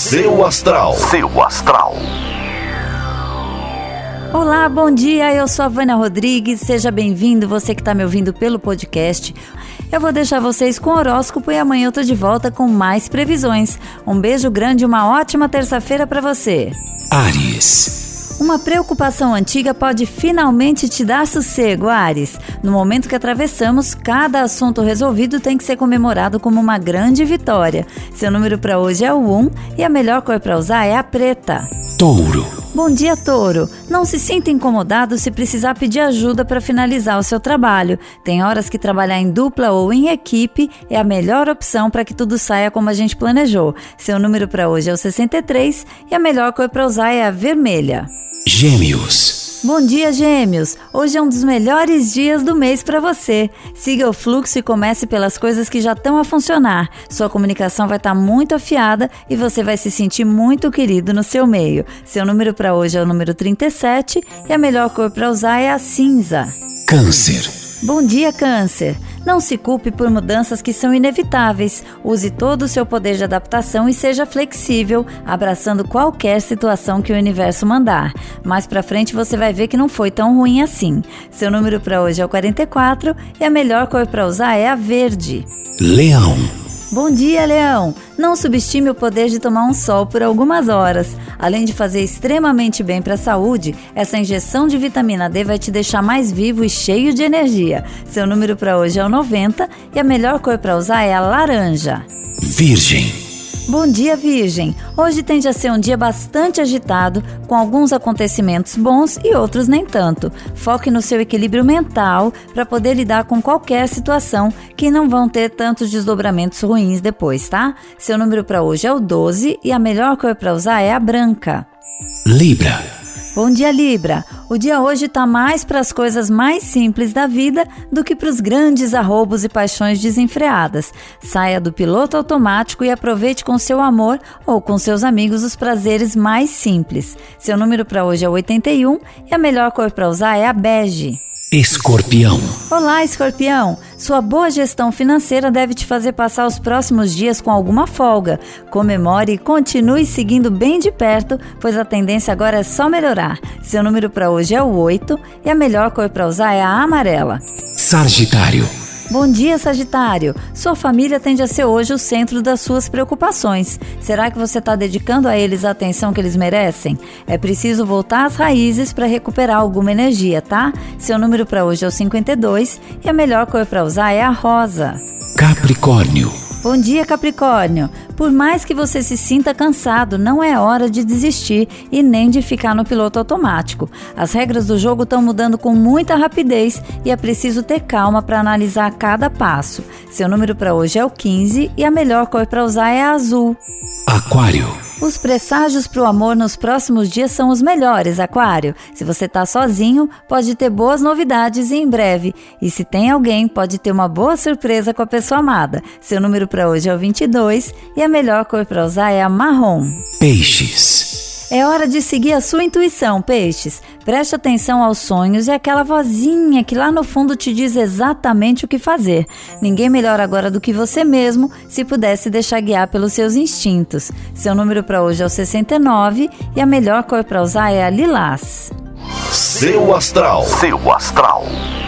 Seu Astral. Seu Astral. Olá, bom dia, eu sou a Vânia Rodrigues, seja bem-vindo, você que está me ouvindo pelo podcast. Eu vou deixar vocês com o horóscopo e amanhã eu tô de volta com mais previsões. Um beijo grande e uma ótima terça-feira para você. Áries. Uma preocupação antiga pode finalmente te dar sossego, Áries. No momento que atravessamos, cada assunto resolvido tem que ser comemorado como uma grande vitória. Seu número para hoje é o 1 e a melhor cor para usar é a preta. Touro. Bom dia, Touro. Não se sinta incomodado se precisar pedir ajuda para finalizar o seu trabalho. Tem horas que trabalhar em dupla ou em equipe é a melhor opção para que tudo saia como a gente planejou. Seu número para hoje é o 63 e a melhor cor para usar é a vermelha. Gêmeos. Bom dia, Gêmeos! Hoje é um dos melhores dias do mês para você. Siga o fluxo e comece pelas coisas que já estão a funcionar. Sua comunicação vai estar muito afiada e você vai se sentir muito querido no seu meio. Seu número para hoje é o número 37 e a melhor cor para usar é a cinza. Câncer. Bom dia, Câncer! Não se culpe por mudanças que são inevitáveis. Use todo o seu poder de adaptação e seja flexível, abraçando qualquer situação que o universo mandar. Mais pra frente você vai ver que não foi tão ruim assim. Seu número para hoje é o 44 e a melhor cor para usar é a verde. Leão. Bom dia, Leão! Não subestime o poder de tomar um sol por algumas horas. Além de fazer extremamente bem para a saúde, essa injeção de vitamina D vai te deixar mais vivo e cheio de energia. Seu número para hoje é o 90 e a melhor cor para usar é a laranja. Virgem. Bom dia, Virgem! Hoje tende a ser um dia bastante agitado, com alguns acontecimentos bons e outros nem tanto. Foque no seu equilíbrio mental para poder lidar com qualquer situação que não vão ter tantos desdobramentos ruins depois, tá? Seu número para hoje é o 12 e a melhor cor para usar é a branca. Libra. Bom dia, Libra! O dia hoje está mais para as coisas mais simples da vida do que para os grandes arroubos e paixões desenfreadas. Saia do piloto automático e aproveite com seu amor ou com seus amigos os prazeres mais simples. Seu número para hoje é o 81 e a melhor cor para usar é a bege. Escorpião. Olá, Escorpião! Sua boa gestão financeira deve te fazer passar os próximos dias com alguma folga. Comemore e continue seguindo bem de perto, pois a tendência agora é só melhorar. Seu número para hoje é o 8 e a melhor cor para usar é a amarela. Sagitário. Bom dia, Sagitário! Sua família tende a ser hoje o centro das suas preocupações. Será que você está dedicando a eles a atenção que eles merecem? É preciso voltar às raízes para recuperar alguma energia, tá? Seu número para hoje é o 52 e a melhor cor para usar é a rosa. Capricórnio. Bom dia, Capricórnio! Por mais que você se sinta cansado, não é hora de desistir e nem de ficar no piloto automático. As regras do jogo estão mudando com muita rapidez e é preciso ter calma para analisar cada passo. Seu número para hoje é o 15 e a melhor cor para usar é a azul. Aquário. Os presságios para o amor nos próximos dias são os melhores, Aquário. Se você está sozinho, pode ter boas novidades em breve. E se tem alguém, pode ter uma boa surpresa com a pessoa amada. Seu número para hoje é o 22 e a melhor cor para usar é a marrom. Peixes. É hora de seguir a sua intuição, Peixes. Preste atenção aos sonhos e àquela vozinha que lá no fundo te diz exatamente o que fazer. Ninguém melhor agora do que você mesmo se pudesse deixar guiar pelos seus instintos. Seu número para hoje é o 69 e a melhor cor para usar é a lilás. Seu Astral. Seu Astral.